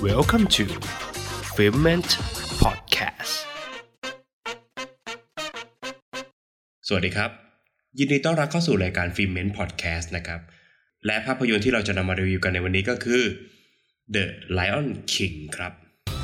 Welcome to Filmment Podcast สวัสดีครับยินดีต้อนรับเข้าสู่รายการ Filmment Podcast นะครับและภาพยนตร์ที่เราจะนำมารีวิวกันในวันนี้ก็คือ The Lion King ครับ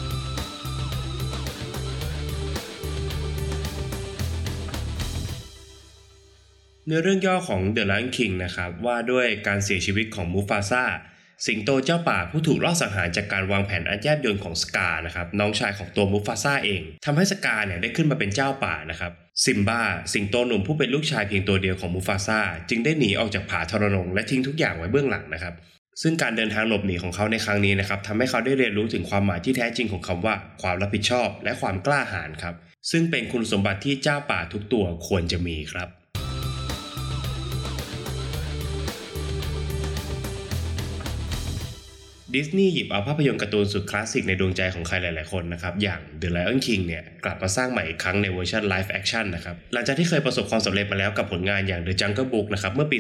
เนื้อเรื่องย่อของ The Lion King นะครับว่าด้วยการเสียชีวิตของมูฟาซาสิงโตเจ้าป่าผู้ถูกลอบสังหารจากการวางแผนอันแยบยลของสกานะครับน้องชายของตัวมูฟาซาเองทำให้สกาเนี่ยได้ขึ้นมาเป็นเจ้าป่านะครับซิมบาสิงโตหนุ่มผู้เป็นลูกชายเพียงตัวเดียวของมูฟาซาจึงได้หนีออกจากผาทรนงและทิ้งทุกอย่างไว้เบื้องหลังนะครับซึ่งการเดินทางหลบหนีของเขาในครั้งนี้นะครับทำให้เขาได้เรียนรู้ถึงความหมายที่แท้จริงของคำว่าความรับผิดชอบและความกล้าหาญครับซึ่งเป็นคุณสมบัติที่เจ้าป่าทุกตัวควรจะมีครับดิสนีย์หยิบเอาภาพยนตร์การ์ตูนสุดคลาสสิกในดวงใจของใครหลายๆคนนะครับอย่าง The Lion King เนี่ยกลับมาสร้างใหม่อีกครั้งในเวอร์ชัน Live Action นะครับหลังจากที่เคยประสบความสำเร็จมาแล้วกับผลงานอย่าง The Jungle Book นะครับเมื่อปี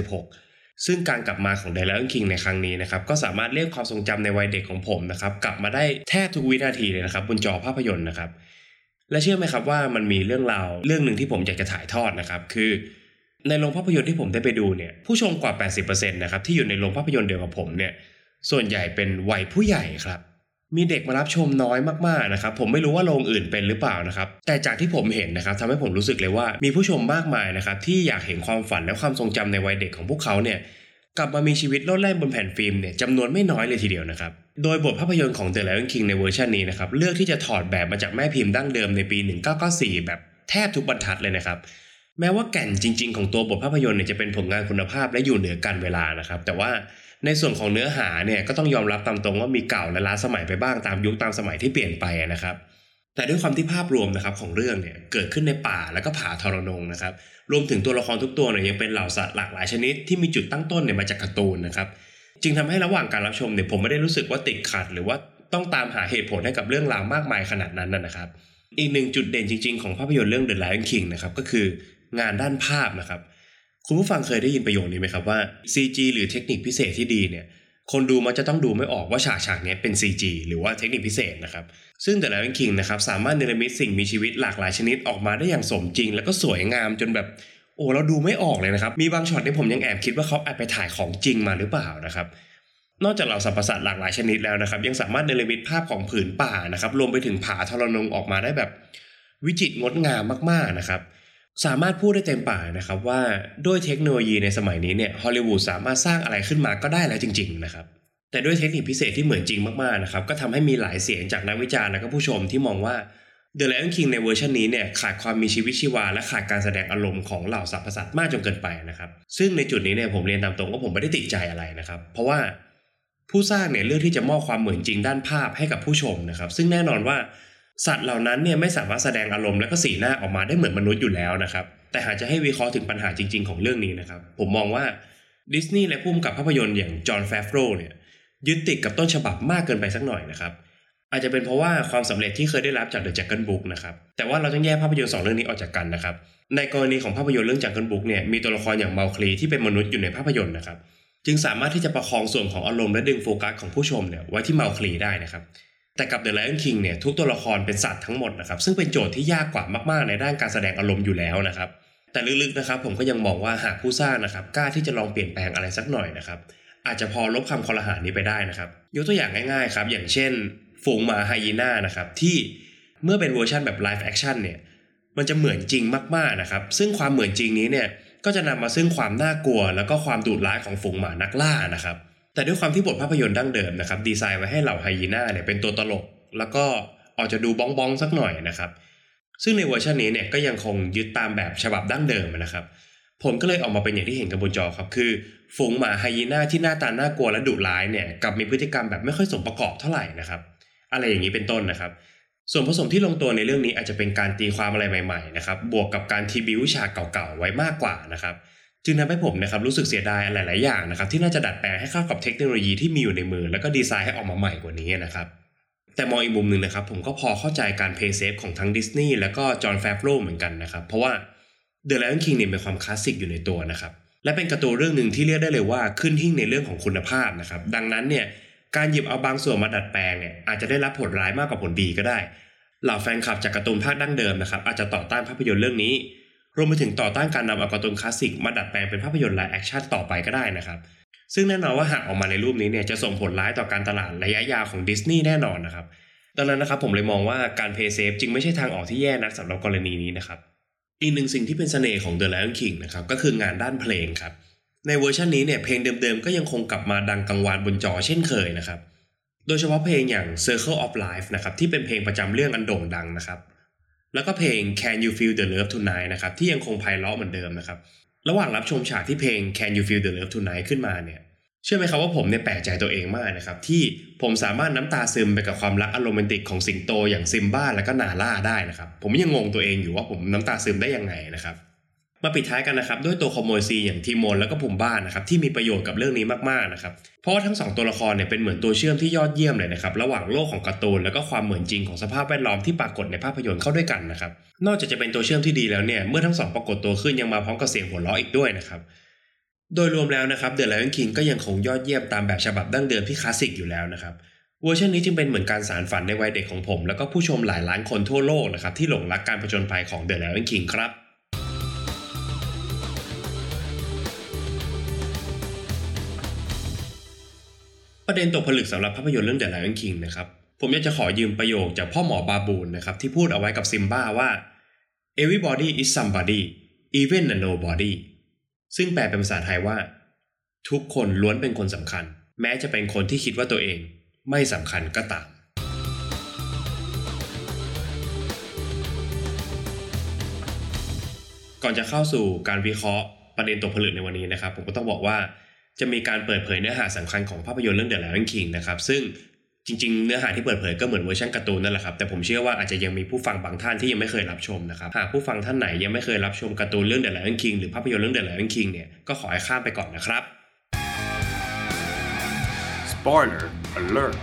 2016 ซึ่งการกลับมาของ The Lion King ในครั้งนี้นะครับก็สามารถเรียกความทรงจำในวัยเด็กของผมนะครับกลับมาได้แทบทุกวินาทีเลยนะครับบนจอภาพยนตร์นะครับและเชื่อไหมครับว่ามันมีเรื่องราวเรื่องนึงที่ผมอยากจะถ่ายทอดนะครับคือในโรงภาพยนตร์ที่ผมได้ไปดูเนี่ยผู้ชมกว่า 80% นะครับที่อยู่ในโรงภาพยนตร์เดียวกับผมเนี่ยส่วนใหญ่เป็นวัยผู้ใหญ่ครับมีเด็กมารับชมน้อยมากๆนะครับผมไม่รู้ว่าโรงอื่นเป็นหรือเปล่านะครับแต่จากที่ผมเห็นนะครับทำให้ผมรู้สึกเลยว่ามีผู้ชมมากมายนะครับที่อยากเห็นความฝันและความทรงจำในวัยเด็กของพวกเขาเนี่ยกลับมามีชีวิตโลดแล่นบนแผ่นฟิล์มเนี่ยจำนวนไม่น้อยเลยทีเดียวนะครับโดยบทภาพยนตร์ของ The Lion King ในเวอร์ชันนี้นะครับเลือกที่จะถอดแบบมาจากแม่พิมพ์ดั้งเดิมในปี 1994 แบบแทบทุกบรรทัดเลยนะครับแม้ว่าแก่นจริงๆของตัวบทภาพยนตร์เนี่ยจะเป็นผลงานคุณภาพและอยู่เหนือการเวลานะครับแต่ว่าในส่วนของเนื้อหาเนี่ยก็ต้องยอมรับตามตรงว่ามีเก่าและล้าสมัยไปบ้างตามยุคตามสมัยที่เปลี่ยนไปนะครับแต่ด้วยความที่ภาพรวมนะครับของเรื่องเนี่ยเกิดขึ้นในป่าแล้วก็ผาทรนงนะครับรวมถึงตัวละครทุกตัวเนี่ยยังเป็นเหล่าสัตว์หลากหลายชนิดที่มีจุดตั้งต้นเนี่ยมาจากการ์ตูนนะครับจึงทำให้ระหว่างการรับชมเนี่ยผมไม่ได้รู้สึกว่าติดขัดหรือว่าต้องตามหาเหตุผลให้กับเรื่องราวมากมายขนาดนั้นนะครับอีกหนึ่งจุดเด่นจริงๆของภาพยนตร์เรื่อง The Lion King นะครับก็คืองานด้านภาพนะครับคุณผู้ฟังเคยได้ยินประโยคนี้ไหมครับว่า CG หรือเทคนิคพิเศษที่ดีเนี่ยคนดูมันจะต้องดูไม่ออกว่าฉากนี้เป็น CG หรือว่าเทคนิคพิเศษนะครับซึ่ง The Lion King นะครับสามารถเนรมิตสิ่งมีชีวิตหลากหลายชนิดออกมาได้อย่างสมจริงแล้วก็สวยงามจนแบบเราดูไม่ออกเลยนะครับมีบางช็อตที่ผมยังแอบคิดว่าเขาอาจไปถ่ายของจริงมาหรือเปล่านะครับนอกจากเหล่าสรรพสัตว์หลากหลายชนิดแล้วนะครับยังสามารถเนรมิตภาพของผืนป่านะครับรวมไปถึงผาทรนงออกมาได้แบบวิจิตรงดงามมากๆนะครับสามารถพูดได้เต็มปากนะครับว่าด้วยเทคโนโลยีในสมัยนี้เนี่ยฮอลลีวูดสามารถสร้างอะไรขึ้นมาก็ได้แล้วจริงๆนะครับแต่ด้วยเทคนิคพิเศษที่เหมือนจริงมากๆนะครับก็ทำให้มีหลายเสียงจากนักวิจารณ์และก็ผู้ชมที่มองว่า The Lion King ในเวอร์ชันนี้เนี่ยขาดความมีชีวิตชีวาและขาดการแสดงอารมณ์ของเหล่าสรรพสัตว์มากจนเกินไปนะครับซึ่งในจุดนี้เนี่ยผมเรียนตามตรงว่าผมไม่ได้ติดใจอะไรนะครับเพราะว่าผู้สร้างเนี่ยเลือกที่จะมอบความเหมือนจริงด้านภาพให้กับผู้ชมนะครับซึ่งแน่นอนว่าสัตว์เหล่านั้นเนี่ยไม่สามารถแสดงอารมณ์และก็สีหน้าออกมาได้เหมือนมนุษย์อยู่แล้วนะครับแต่หากจะให้วิเคราะห์ถึงปัญหาจริงๆของเรื่องนี้นะครับผมมองว่าดิสนีย์และผู้กำกับภาพยนตร์อย่างจอห์นแฟฟโรเนี่ยยึดติดกับต้นฉบับมากเกินไปสักหน่อยนะครับอาจจะเป็นเพราะว่าความสำเร็จที่เคยได้รับจาก The Jungle Book นะครับแต่ว่าเราต้องแยกภาพยนตร์2เรื่องนี้ออกจากกันนะครับในกรณีของภาพยนตร์เรื่อง Jungle Book เนี่ยมีตัวละครอย่างเมาคลีที่เป็นมนุษย์อยู่ในภาพยนตร์นะครับจึงสามารถที่จะประคองส่วนของอารมณ์และดึงโฟกัสของผู้ชมเนี่ยไว้ที่เมาคลีได้นะครับแต่กับ The Lion King เนี่ยทุกตัวละครเป็นสัตว์ทั้งหมดนะครับซึ่งเป็นโจทย์ที่ยากกว่ามากๆในด้านการแสดงอารมณ์อยู่แล้วนะครับแต่ลึกๆนะครับผมก็ยังมองว่าหากผู้สร้างนะครับกล้าที่จะลองเปลี่ยนแปลงอะไรสักหน่อยนะครับอาจจะพอลบคำคอรหานี้ไปได้นะครับยกตัวอย่างง่ายๆครับอย่างเช่นฝูงหมาไฮยีน่านะครับที่เมื่อเป็นเวอร์ชันแบบไลฟ์แอคชั่นเนี่ยมันจะเหมือนจริงมากๆนะครับซึ่งความเหมือนจริงนี้เนี่ยก็จะนำมาซึ่งความน่ากลัวแล้วก็ความดุร้ายของฝูงหมานักล่านะครับแต่ด้วยความที่บทภาพยนตร์ดั้งเดิมนะครับดีไซน์ไว้ให้เหล่าไฮยีน่าเนี่ยเป็นตัวตลกแล้วก็ออกจะดูบ้องๆสักหน่อยนะครับซึ่งในเวอร์ชันนี้เนี่ยก็ยังคงยึดตามแบบฉบับดั้งเดิมนะครับผลก็เลยออกมาเป็นอย่างที่เห็นกันบนจอครับคือฝูงหมาไฮยีน่าที่หน้าตาน่ากลัวและดุร้ายเนี่ยกับมีพฤติกรรมแบบไม่ค่อยสมประกอบเท่าไหร่นะครับอะไรอย่างนี้เป็นต้นนะครับส่วนผสมที่ลงตัวในเรื่องนี้อาจจะเป็นการตีความอะไรใหม่ๆนะครับบวกกับการทีบิวฉากเก่าๆไว้มากกว่านะครับจึงทำให้ผมนะครับรู้สึกเสียดายหลายๆอย่างนะครับที่น่าจะดัดแปลงให้เข้ากับเทคโนโลยีที่มีอยู่ในมือแล้วก็ดีไซน์ให้ออกมาใหม่กว่านี้นะครับแต่มองอีกมุมนึงนะครับผมก็พอเข้าใจการเพย์เซฟของทั้งดิสนีย์แล้วก็จอห์นแฟฟโรเหมือนกันนะครับเพราะว่า The Lion King เนี่ยมีความคลาสสิกอยู่ในตัวนะครับและเป็นการ์ตูนเรื่องนึงที่เรียกได้เลยว่าขึ้นหิ้งในเรื่องของคุณภาพนะครับดังนั้นเนี่ยการหยิบเอาบางส่วนมาดัดแปลงเนี่ยอาจจะได้รับผลร้ายมากกว่าผลดีก็ได้เหล่าแฟนคลับจากการ์ตูนภาคดั้งเดิมนะครับอาจจะต่อต้านภาพยนตร์เรื่องนี้รวมไปถึงต่อต้านการนำเอาการ์ตูนคลาสสิกมาดัดแปลงเป็นภาพยนตร์ไลฟ์แอคชั่นต่อไปก็ได้นะครับซึ่งแน่นอนว่าหากออกมาในรูปนี้เนี่ยจะส่งผลร้ายต่อการตลาดระยะยาวของดิสนีย์แน่นอนนะครับดังนั้นนะครับผมเลยมองว่าการเพย์เซฟจึงไม่ใช่ทางออกที่แย่นักสำหรับกรณีนี้นะครับอีกหนึ่งสิ่งที่เป็นเสน่ห์ของ The Lion King นะครับก็คืองานด้านเพลงครับในเวอร์ชันนี้เนี่ยเพลงเดิมๆก็ยังคงกลับมาดังกังวานบนจอเช่นเคยนะครับโดยเฉพาะเพลงอย่าง Circle of Life นะครับที่เป็นเพลงประจำเรื่องอันโด่งดังนะครับแล้วก็เพลง Can You Feel the Love Tonight นะครับที่ยังคงไพเราะเหมือนเดิมนะครับระหว่างรับชมฉากที่เพลง Can You Feel the Love Tonight ขึ้นมาเนี่ยเชื่อไหมครับว่าผมเนี่ยแปลกใจตัวเองมากนะครับที่ผมสามารถน้ำตาซึมไปกับความรักอันโรแมนติกของสิงโตอย่างซิมบ้าและก็นาล่าได้นะครับผมยังงงตัวเองอยู่ว่าผมน้ำตาซึมได้ยังไงนะครับมาปิดท้ายกันนะครับด้วยตัวขโมยซีอย่างทีโมนแล้วก็พุมบ้านะครับที่มีประโยชน์กับเรื่องนี้มากๆนะครับเพราะว่าทั้ง2ตัวละครเนี่ยเป็นเหมือนตัวเชื่อมที่ยอดเยี่ยมเลยนะครับระหว่างโลกของการ์ตูนแล้วก็ความเหมือนจริงของสภาพแวดล้อมที่ปรากฏในภาพยนตร์เข้าด้วยกันนะครับนอกจากจะเป็นตัวเชื่อมที่ดีแล้วเนี่ยเมื่อทั้ง2ปรากฏตัวขึ้นยังมาพร้อมกับเสียงหัวเราะอีกด้วยนะครับโดยรวมแล้วนะครับ The Lion King ก็ยังคงยอดเยี่ยมตามแบบฉบับดั้งเดิมที่คลาสสิกอยู่แล้วนะครับเวอร์ชันนี้จึงเป็นเหมือนการสานฝันในวัยเด็กของผมแล้วก็ผู้ชมหลายล้านคนทั่วโลกนะครับที่หลงรักการผจญภัยของ The Lion King ครับประเด็นตกผลึกสำหรับภาพยนตร์เรื่อง The Lion King นะครับผมอยากจะขอยืมประโยคจากพ่อหมอบาบูนนะครับที่พูดเอาไว้กับซิมบ้าว่า Everybody is somebody even a nobody ซึ่งแปลเป็นภาษาไทยว่าทุกคนล้วนเป็นคนสำคัญแม้จะเป็นคนที่คิดว่าตัวเองไม่สำคัญก็ตามก่อนจะเข้าสู่การวิเคราะห์ประเด็นตกผลึกในวันนี้นะครับผมก็ต้องบอกว่าจะมีการเปิดเผยเนื้อหาสำคัญของภาพยนตร์เรื่อง The Lion King นะครับซึ่งจริงๆเนื้อหาที่เปิดเผยก็เหมือนเวอร์ชันการ์ตูนนั่นแหละครับแต่ผมเชื่อว่าอาจจะยังมีผู้ฟังบางท่านที่ยังไม่เคยรับชมนะครับหากผู้ฟังท่านไหนยังไม่เคยรับชมการ์ตูนเรื่อง The Lion King หรือภาพยนตร์เรื่อง The Lion King เนี่ยก็ขอให้ข้ามไปก่อนนะครับ Spoiler alert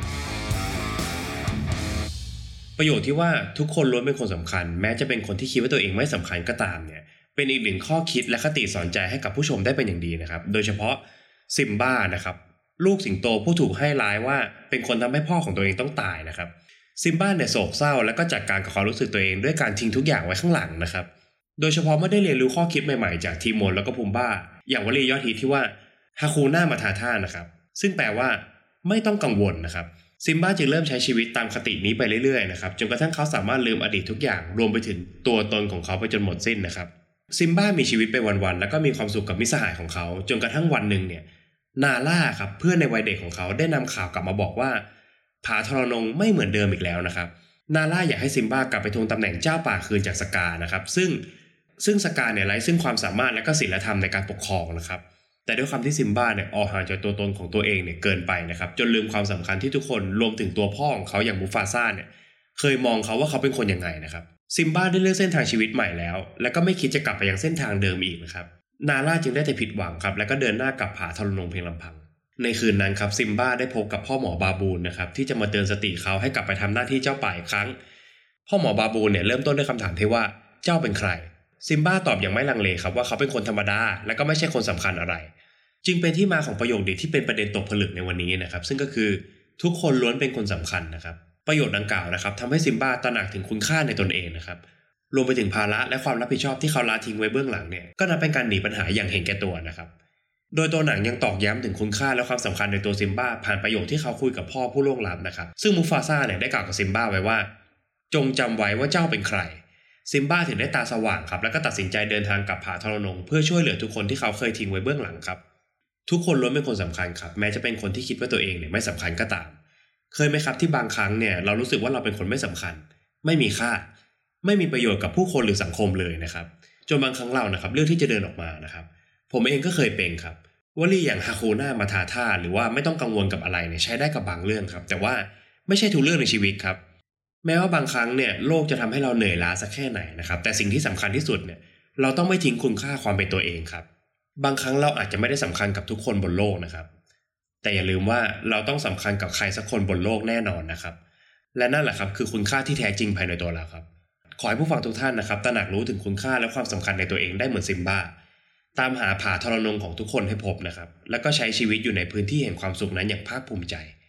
ประโยคที่ว่าทุกคนล้วนเป็นคนสำคัญแม้จะเป็นคนที่คิดว่าตัวเองไม่สำคัญก็ตามเนี่ยเป็นอีกหนึ่งข้อคิดและคติสอนใจให้กับผู้ชมได้เป็นอย่างดีนะครับโดยเฉพาะซิมบ้านะครับลูกสิงโตผู้ถูกให้ร้ายว่าเป็นคนทำให้พ่อของตัวเองต้องตายนะครับซิมบ้าเนี่ยโศกเศร้าแล้วก็จัดการกับความรู้สึกตัวเองด้วยการทิ้งทุกอย่างไว้ข้างหลังนะครับโดยเฉพาะเมื่อได้เรียนรู้ข้อคิดใหม่ๆจากทีโมนแล้วก็พุมบ้าอย่างวลียอดฮิตที่ว่าฮาคูน่ามาทาท่านะครับซึ่งแปลว่าไม่ต้องกังวลนะครับซิมบ้าจึงเริ่มใช้ชีวิตตามคตินี้ไปเรื่อยๆนะครับจนกระทั่งเขาสามารถลืมอดีตทุกอย่างรวมไปถึงตัวตนของเขาไปจนหมดสิ้นนะครับซิมบ้ามีชีวิตไปวันๆแล้วก็มีความสุขกับมิตรสหายของเขาจนกระทั่งวันหนึ่งเนี่ยนาล่าครับเพื่อนในวัยเด็กของเขาได้นำข่าวกลับมาบอกว่าผาทรนงไม่เหมือนเดิมอีกแล้วนะครับนาล่าอยากให้ซิมบ้ากลับไปทวงตำแหน่งเจ้าป่าคืนจากสกานะครับซึ่งสกาเนี่ยไร้ซึ่งความสามารถและก็ศีลธรรมในการปกครองนะครับแต่ด้วยความที่ซิมบ้าเนี่ยออกห่างจากตัวตนของตัวเองเนี่ยเกินไปนะครับจนลืมความสำคัญที่ทุกคนรวมถึงตัวพ่อของเขาอย่างมูฟาซ่าเนี่ยเคยมองเขาว่าเขาเป็นคนยังไงนะครับซิมบ้าได้เลือกเส้นทางชีวิตใหม่แล้วและก็ไม่คิดจะกลับไปยังเส้นทางเดิมอีกนะครับนาล่าจึงได้แต่ผิดหวังครับและก็เดินหน้ากลับผาทรนงเพียงลำพังในคืนนั้นครับซิมบ้าได้พบกับพ่อหมอบาบูนนะครับที่จะมาเตือนสติเขาให้กลับไปทำหน้าที่เจ้าป่าอีกครั้งพ่อหมอบาบูนเนี่ยเริ่มต้นด้วยคำถามที่ว่าเจ้าเป็นใครซิมบ้าตอบอย่างไม่ลังเลครับว่าเขาเป็นคนธรรมดาและก็ไม่ใช่คนสำคัญอะไรจึงเป็นที่มาของประโยคเด็ดที่เป็นประเด็นตกผลึกในวันนี้นะครับซึ่งก็คือทุกคนล้วนเป็นคนสำคัญนะครับประโยชน์ดังกล่าวนะครับทำให้ซิมบ้าตระหนักถึงคุณค่าในตนเองนะครับรวมไปถึงภาระและความรับผิดชอบที่เขาละทิ้งไว้เบื้องหลังเนี่ยก็นับเป็นการหนีปัญหาอย่างเห็นแก่ตัวนะครับโดยตัวหนังยังตอกย้ำถึงคุณค่าและความสำคัญในตัวซิมบ้าผ่านประโยคที่เขาคุยกับพ่อผู้ล่วงลับนะครับซึ่งมูฟาซ่าเนี่ยได้กล่าวกับซิมบ้าไว้ว่าจงจำไว้ว่าเจ้าเป็นใครซิมบ้าถึงได้ตาสว่างครับแล้วก็ตัดสินใจเดินทางกลับผาทรนงเพื่อช่วยเหลือทุกคนที่เขาเคยทิ้งไว้เบื้องหลังครับทุกคนล้วนเป็นคนสำคัญครับแม้จะเป็นคนที่คิดว่าตัวเองเนี่ยไม่สำคัญก็ตามเคยไหมครับที่บางครั้งเนี่ยเรารู้สึกว่าเราเป็นคนไม่สำคัญไม่มีค่าไม่มีประโยชน์กับผู้คนหรือสังคมเลยนะครับจนบางครั้งเรานะครับเลือกที่จะเดินออกมานะครับผมเองก็เคยเป็นครับวลีอย่างฮาคูน่ามาทาท่าหรือว่าไม่ต้องกังวลกับอะไรเนี่ยใช้ได้กับบางเรื่องครับแต่ว่าไม่ใช่ทุกเรื่องในชีวิตครับแม้ว่าบางครั้งเนี่ยโลกจะทำให้เราเหนื่อยล้าสักแค่ไหนนะครับแต่สิ่งที่สำคัญที่สุดเนี่ยเราต้องไม่ทิ้งคุณค่าความเป็นตัวเองครับบางครั้งเราอาจจะไม่ได้สำคัญกับทุกคนบนโลกนะครับแต่อย่าลืมว่าเราต้องสำคัญกับใครสักคนบนโลกแน่นอนนะครับและนั่นแหละครับคือคุณค่าที่แท้จริงภายในตัวเราครับขอให้ผู้ฟังทุกท่านนะครับตระหนักรู้ถึงคุณค่าและความสำคัญในตัวเองได้เหมือนซิมบ้าตามหาผาทรนงของทุกคนให้พบนะครับแล้วก็ใช้ชีวิตอยู่ในพื้นที่แห่งความสุขนั้นอย่างภาคภูมิใจ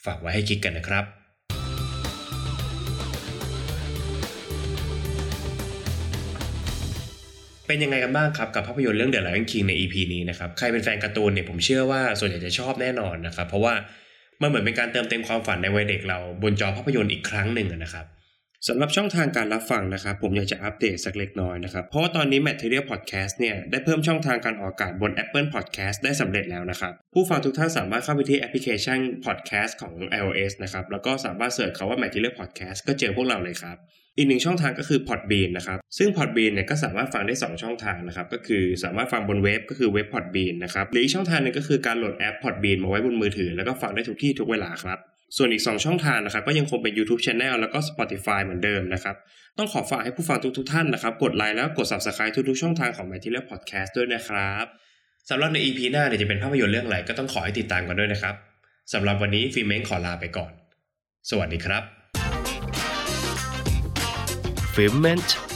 ฝากไว้ให้คิดกันนะครับเป็นยังไงกันบ้างครับกับภาพยนตร์เรื่อง The Lion King ใน EP นี้นะครับใครเป็นแฟนการ์ตูนเนี่ยผมเชื่อว่าส่วนใหญ่จะชอบแน่นอนนะครับเพราะว่ามันเหมือนเป็นการเติมเต็มความฝันในวัยเด็กเราบนจอภาพยนตร์อีกครั้งหนึ่งนะครับสำหรับช่องทางการรับฟังนะครับผมอยากจะอัปเดตสักเล็กน้อยนะครับเพราะว่าตอนนี้ Material Podcast เนี่ยได้เพิ่มช่องทางการออกอากาศบน Apple Podcast ได้สำเร็จแล้วนะครับผู้ฟังทุกท่านสามารถเข้าไปที่แอปพลิเคชัน Podcast ของ iOS นะครับแล้วก็สามารถเสิร์ชคำว่า Material Podcast ก็เจอพวกเราเลยครับอีกหนึ่งช่องทางก็คือ Podbean นะครับซึ่ง Podbean เนี่ยก็สามารถฟังได้2ช่องทางนะครับก็คือสามารถฟังบนเว็บก็คือเว็บ Podbean นะครับหรืออีกช่องทางนึงก็คือการโหลดแอป Podbean มาไว้บนมือถือแล้วก็ฟังได้ทุกที่ทุกเวลาครับส่วนอีก2ช่องทางนะครับก็ยังคงเป็น YouTube Channel แล้วก็ Spotify เหมือนเดิมนะครับต้องขอฝากให้ผู้ฟังทุกท่านนะครับกดไลค์แล้วกด Subscribe ทุกๆช่องทางของ Material Podcast ด้วยนะครับสำหรับใน EP หน้าเนี่ยจะเป็นภาพยนตร์เรื่องอะไรก็ต้องขอให้ติดตามกันด้วยนะครับสำหรับวันนี้ฟิล์มเม้งขอลาไปก่อนสวัสดีครับ Filmment